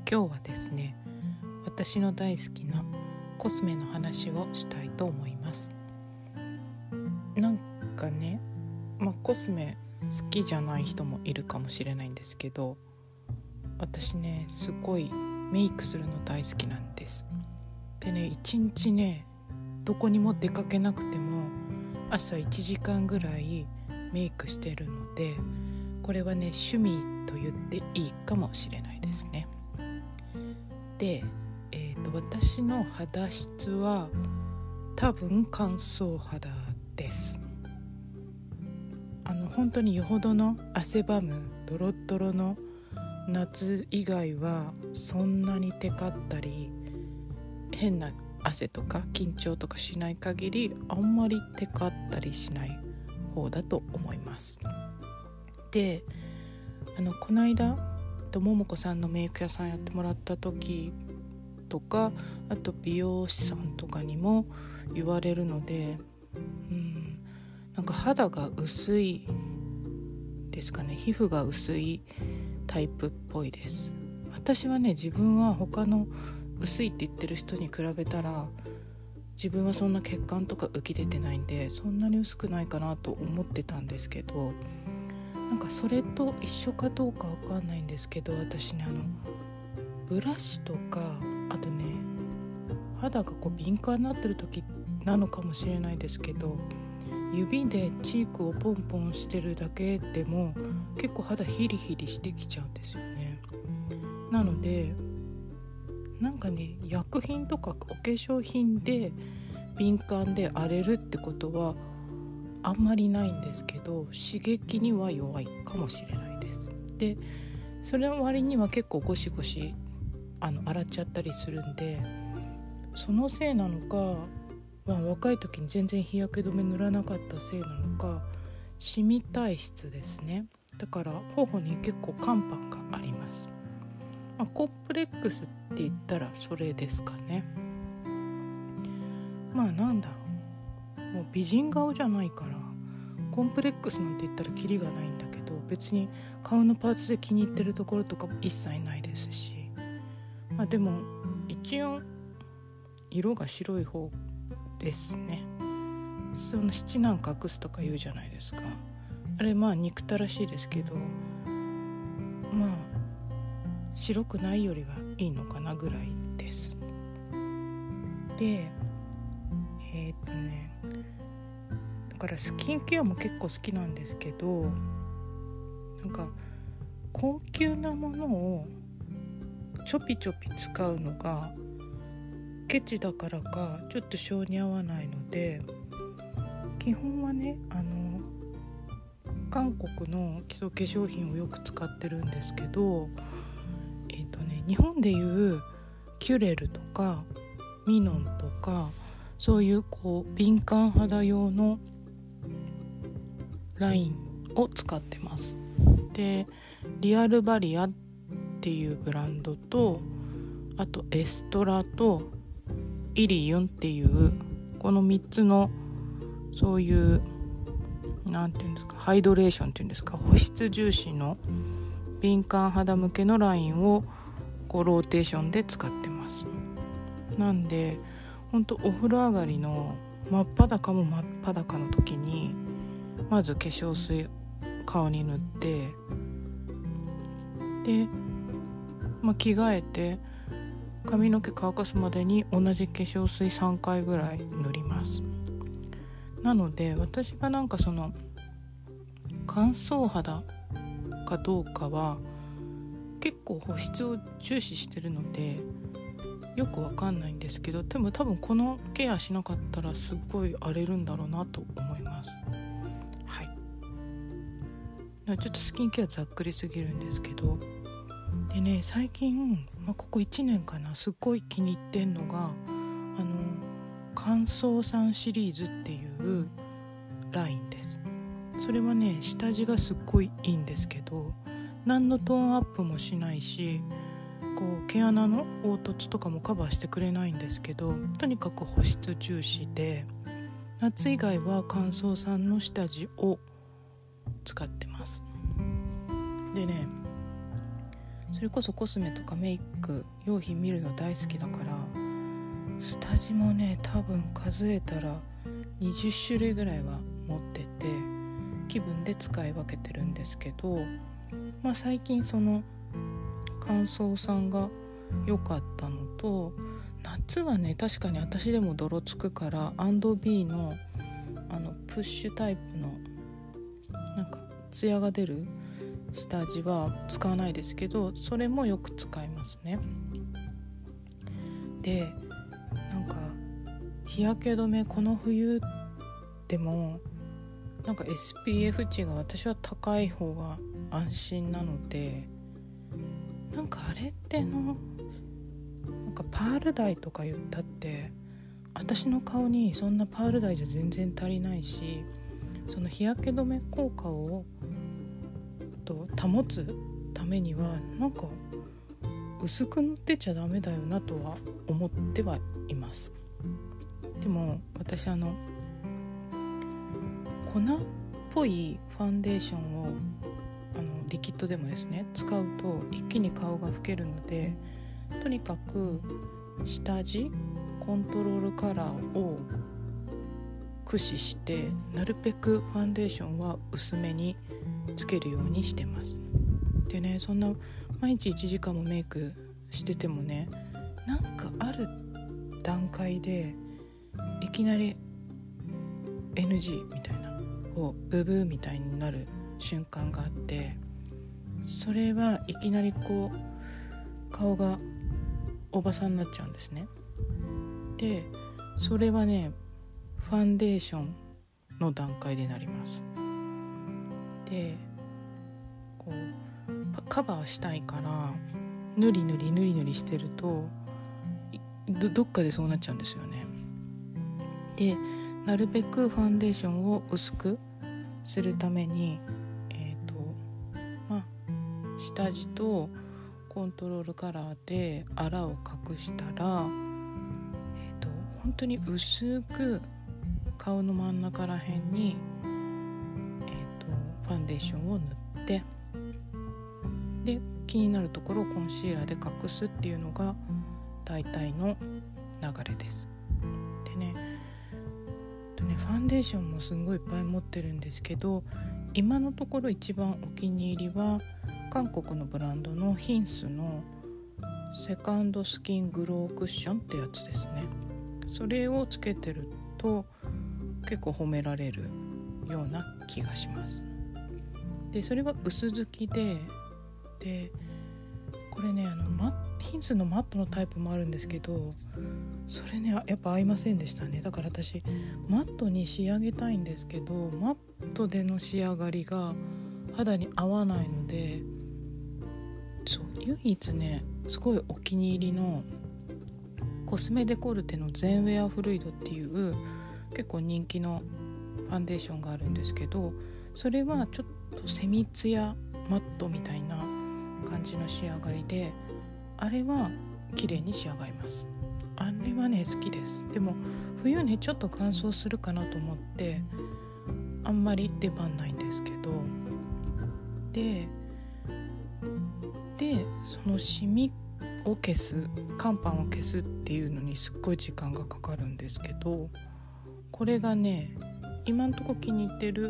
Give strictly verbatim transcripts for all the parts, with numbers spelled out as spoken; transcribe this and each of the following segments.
今日はですね、私の大好きなコスメの話をしたいと思います。なんかね、まあ、コスメ好きじゃない人もいるかもしれないんですけど、私ねすごいメイクするの大好きなんです。でね、一日ねどこにも出かけなくても朝いちじかんぐらいメイクしてるので、これはね趣味と言っていいかもしれないですね。で、えーと、私の肌質は多分乾燥肌です。あの本当によほどの汗ばむドロッドロの夏以外はそんなにテカったり変な汗とか緊張とかしない限りあんまりテカったりしない方だと思います。で、あのこの間ももこさんのメイク屋さんやってもらった時とか、あと美容師さんとかにも言われるので、うん、なんか肌が薄いですかね。皮膚が薄いタイプっぽいです。私はね、自分は他の薄いって言ってる人に比べたら自分はそんな血管とか浮き出てないんで、そんなに薄くないかなと思ってたんですけど、なんかそれと一緒かどうかわかんないんですけど、私ねあのブラシとか、あとね肌がこう敏感になってる時なのかもしれないですけど、指でチークをポンポンしてるだけでも結構肌ヒリヒリしてきちゃうんですよね。なのでなんかね、薬品とかお化粧品で敏感で荒れるってことはあんまりないんですけど、刺激には弱いかもしれないです。で、それの割には結構ゴシゴシあの洗っちゃったりするんで、そのせいなのか、まあ、若い時に全然日焼け止め塗らなかったせいなのか、シミ体質ですね。だから頬に結構乾板があります。まあ、コンプレックスって言ったらそれですかね。まあなんだろう、もう美人顔じゃないからコンプレックスなんて言ったらキリがないんだけど、別に顔のパーツで気に入ってるところとかも一切ないですし、まあでも一応色が白い方ですね。その七難隠すとか言うじゃないですか。あれまあ憎たらしいですけど、まあ白くないよりはいいのかなぐらいです。で、えー、っとねだからスキンケアも結構好きなんですけど、なんか高級なものをちょぴちょぴ使うのがケチだからかちょっと性に合わないので、基本はねあの韓国の基礎化粧品をよく使ってるんですけど、えーとね、日本でいうキュレルとかミノンとかそういうこう敏感肌用のラインを使ってます。で、リアルバリアっていうブランドと、あとエストラとイリユンっていうこのみっつのそういうなんていうんですか、ハイドレーションっていうんですか、保湿重視の敏感肌向けのラインをこうローテーションで使ってます。なんでほんとお風呂上がりの真っ裸も真っ裸の時にまず化粧水顔に塗って、で、まあ、着替えて髪の毛乾かすまでに同じ化粧水さんかいぐらい塗ります。なので私がなんかその乾燥肌かどうかは結構保湿を重視してるのでよくわかんないんですけど、でも多分このケアしなかったらすっごい荒れるんだろうなと思います。はい。ちょっとスキンケアざっくりすぎるんですけど、でね、最近、まあ、ここいちねんかな、すっごい気に入ってんのがあの乾燥さんシリーズっていうラインです。それはね下地がすっごいいいんですけど、何のトーンアップもしないし、こう毛穴の凹凸とかもカバーしてくれないんですけど、とにかく保湿重視で、夏以外は乾燥さんの下地を使ってます。でね、 それこそコスメとかメイク用品見るの大好きだから、下地もね多分数えたらにじゅっしゅるいぐらいは持ってて、気分で使い分けてるんですけど、まあ、最近その乾燥さんが良かったのと、夏はね確かに私でも泥つくから アンドビー のあのプッシュタイプのなんかツヤが出る下地は使わないですけど、それもよく使いますね。でなんか日焼け止めこの冬でもなんか エスピーエフ 値が私は高い方が安心なので、なんかあれってのなんかパールダイとか言ったって私の顔にそんなパールダイじゃ全然足りないし、その日焼け止め効果をと保つためにはなんか薄く塗ってちゃダメだよなとは思ってはいます。でも私あの粉っぽいファンデーションをあのリキッドでもですね使うと一気に顔が老けるので、とにかく下地コントロールカラーを駆使してなるべくファンデーションは薄めにつけるようにしてます。でね、そんな毎日いちじかんもメイクしててもね、なんかある段階でいきなり エヌジー みたいなこうブブーみたいになる瞬間があって、それはいきなりこう顔がおばさんになっちゃうんですね。でそれはねファンデーションの段階でなります。でこうカバーしたいから塗り塗り塗り塗りしてると ど, どっかでそうなっちゃうんですよね。でなるべくファンデーションを薄くするために、えーとまあ、下地とコントロールカラーであらを隠したら、えーと本当に薄く顔の真ん中ら辺に、えーとファンデーションを塗って、で気になるところをコンシーラーで隠すっていうのが大体の流れです。でね、とねファンデーションもすごいいっぱい持ってるんですけど、今のところ一番お気に入りは韓国のブランドのヒンスのセカンドスキングロークッションってやつですね。それをつけてると結構褒められるような気がします。でそれは薄付きで、でこれねあのマヒンスのマットのタイプもあるんですけど、それねやっぱ合いませんでしたね。だから私マットに仕上げたいんですけど、マットでの仕上がりが肌に合わないので、そう唯一ねすごいお気に入りのコスメデコルテのゼンウェアフルイドっていう結構人気のファンデーションがあるんですけど、それはちょっとセミツヤマットみたいな感じの仕上がりで、あれは綺麗に仕上がります。あれはね好きです。でも冬ねちょっと乾燥するかなと思ってあんまり出番ないんですけど、ででそのシミを消す乾パンを消すっていうのにすっごい時間がかかるんですけど、これがね今んとこ気に入ってる、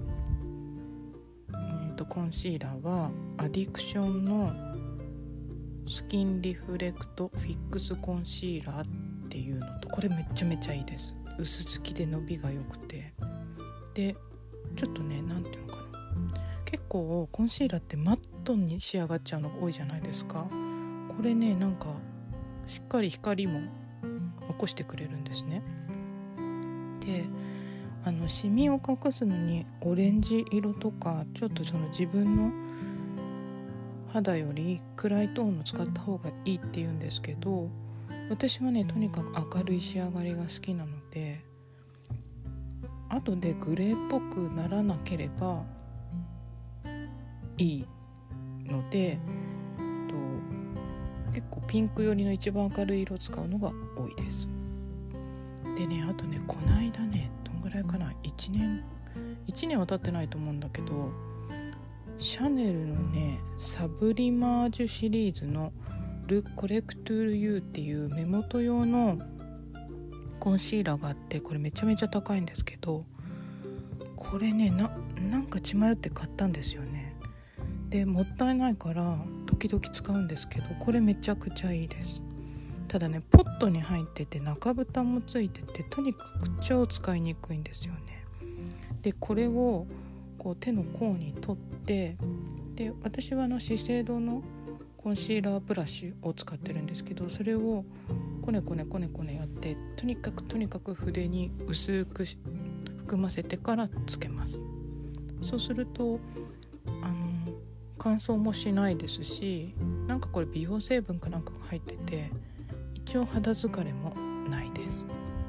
うんとコンシーラーはアディクションのスキンリフレクトフィックスコンシーラーっていうのと、これめっちゃめちゃいいです。薄付きで伸びが良くて、でちょっとねなんていうのかな、結構コンシーラーってマットに仕上がっちゃうのが多いじゃないですか。これねなんかしっかり光も起こしてくれるんですね。であのシミを隠すのにオレンジ色とかちょっとその自分の肌より暗いトーンを使った方がいいって言うんですけど、私はねとにかく明るい仕上がりが好きなので、後でグレーっぽくならなければいいので、と結構ピンク寄りの一番明るい色を使うのが多いです。でねあとねこないだねどんぐらいかな、いちねんいちねんは経ってないと思うんだけど、 シャネルのねサブリマージュシリーズのルコレクトゥール U っていう目元用のコンシーラーがあって、これめちゃめちゃ高いんですけど、これね な, なんか血迷って買ったんですよね。でもったいないから時々使うんですけど、これめちゃくちゃいいです。ただねポットに入ってて中蓋もついてて、とにかく超使いにくいんですよね。でこれをこう手の甲に取って、で私はあの資生堂のコンシーラーブラシを使ってるんですけど、それをこねこねこねこねやって、とにかくとにかく筆に薄く含ませてからつけます。そうするとあの乾燥もしないですし、なんかこれ美容成分かなんかが入ってて、一応肌疲れもないです。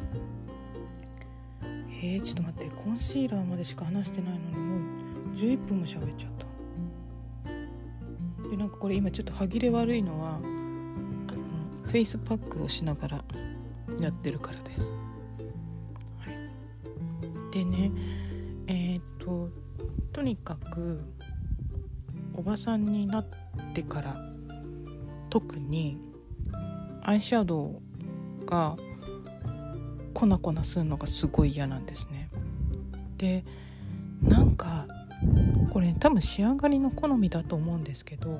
えー、ちょっと待って、コンシーラーまでしか話してないのにもうじゅういっぷんも喋っちゃった。でなんかこれ今ちょっと歯切れ悪いのは、あのフェイスパックをしながらやってるからです。はい、でねえー、っととにかくおばさんになってから特にアイシャドウが粉々するのがすごい嫌なんですね。でなんかこれ多分仕上がりの好みだと思うんですけど、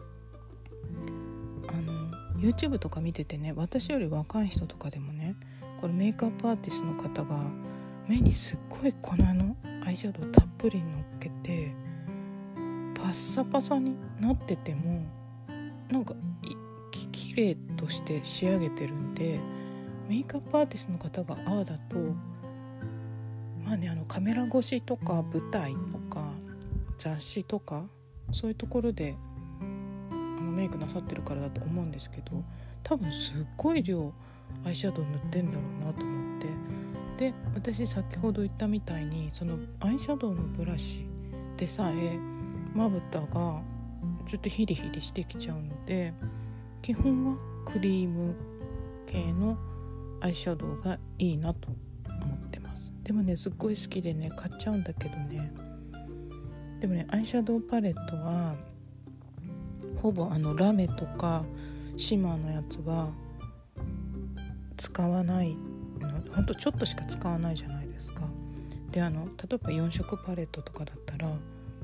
あの YouTube とか見ててね、私より若い人とかでもね、これメイクアップアーティストの方が目にすっごい粉のアイシャドウたっぷり乗っけてパッサパサになっててもなんかききれいとして仕上げてるんで、メイクアップアーティストの方がああだと、まあね、あのカメラ越しとか舞台とか雑誌とかそういうところであのメイクなさってるからだと思うんですけど、多分すっごい量アイシャドウ塗ってんだろうなと思って、で私先ほど言ったみたいにそのアイシャドウのブラシでさえまぶたがちょっとヒリヒリしてきちゃうので、基本はクリーム系のアイシャドウがいいなと思ってます。でもねすっごい好きでね買っちゃうんだけどね、でもねアイシャドウパレットはほぼあのラメとかシマーのやつは使わないの、ほんとちょっとしか使わないじゃないですか。であの例えばよん色パレットとかだったら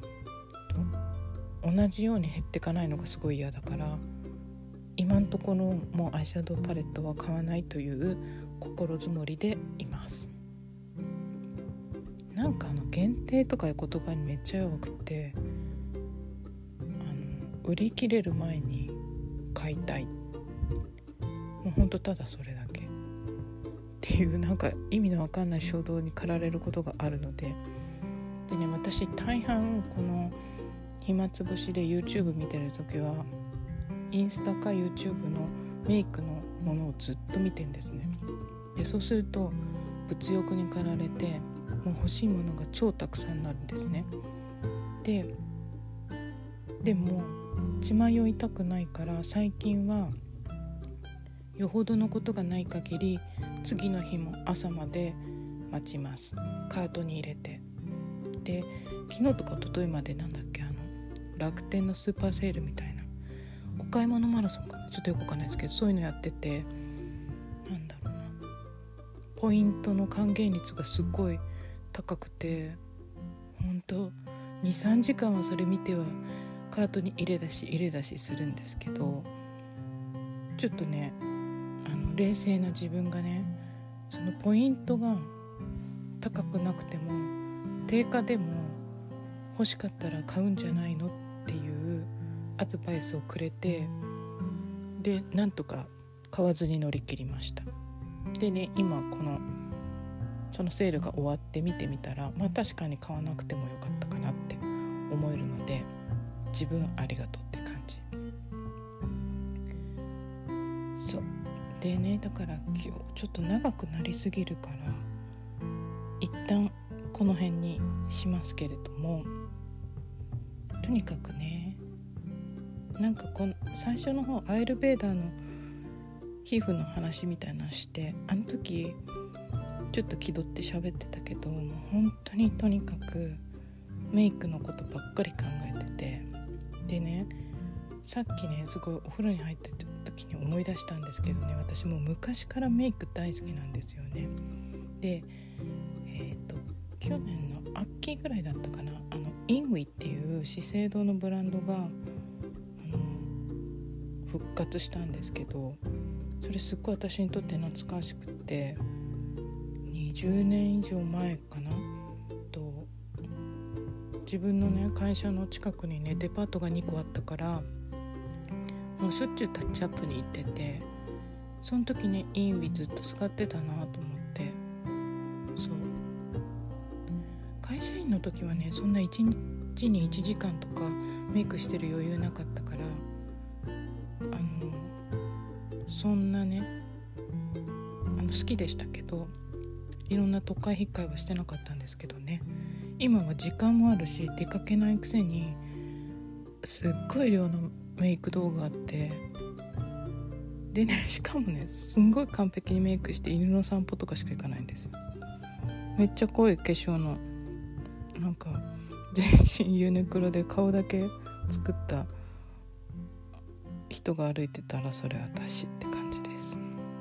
同じように減ってかないのがすごい嫌だから、今のところもうアイシャドウパレットは買わないという心づもりでいます。なんかあの限定とかいう言葉にめっちゃ弱くて、あの売り切れる前に買いたい、もうほんとただそれだけっていう、なんか意味のわかんない衝動に駆られることがあるので、でね私大半この暇つぶしで YouTube 見てるときはインスタか YouTube のメイクのものをずっと見てんですね。でそうすると物欲に駆られてもう欲しいものが超たくさんになるんですね。ででも血迷いたくないから最近はよほどのことがない限り次の日も朝まで待ちます。カートに入れて、で昨日とか一昨日までなんだっけ、あの楽天のスーパーセールみたいなお買い物マラソンかな、ちょっとよくわかんないですけど、そういうのやってて、なんだろうな、ポイントの還元率がすごい高くて、ほんと にさんじかんはそれ見てはカートに入れ出し入れ出しするんですけど、ちょっとねあの冷静な自分がね、そのポイントが高くなくても定価でも欲しかったら買うんじゃないのっていうアドバイスをくれて、でなんとか買わずに乗り切りました。でね今このそのセールが終わって見てみたら、まあ確かに買わなくてもよかったかなって思えるので、自分ありがとうって感じ。そうでね、だから今日ちょっと長くなりすぎるから一旦この辺にしますけれども、とにかくね、なんかこの最初の方アイルベーダーの皮膚の話みたいなのして、あの時ちょっと気取って喋ってたけど、もう本当にとにかくメイクのことばっかり考えてて、 でね、さっきねすごいお風呂に入ってた時に思い出したんですけどね、私もう昔からメイク大好きなんですよね。で、えーと去年の秋ぐらいだったかな、あのインウィっていう資生堂のブランドがあの復活したんですけど、それすっごい私にとって懐かしくって、にじゅうねん以上前かなと、自分のね会社の近くにねデパートがにこあったから、もうしょっちゅうタッチアップに行ってて、その時ねインウィずっと使ってたなと思って、そう会社員の時はねそんないちにちにいちじかんとかメイクしてる余裕なかったから、あのそんなねあの好きでしたけど、いろんな都会引っかいはしてなかったんですけどね、今は時間もあるし出かけないくせにすっごい量のメイク道具あって、でねしかもねすんごい完璧にメイクして犬の散歩とかしか行かないんですよ。めっちゃ濃い化粧のなんか全身ユニクロで顔だけ作った人が歩いてたら、それ私って感じです。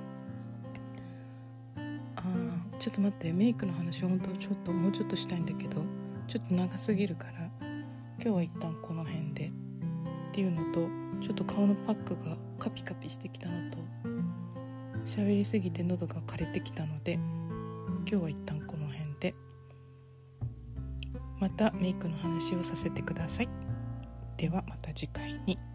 あーちょっと待って、メイクの話本当ちょっともうちょっとしたいんだけど、ちょっと長すぎるから今日は一旦この辺でっていうのと、ちょっと顔のパックがカピカピしてきたのと、喋りすぎて喉が枯れてきたので今日は一旦この辺で、またメイクの話をさせてください。ではまた次回に。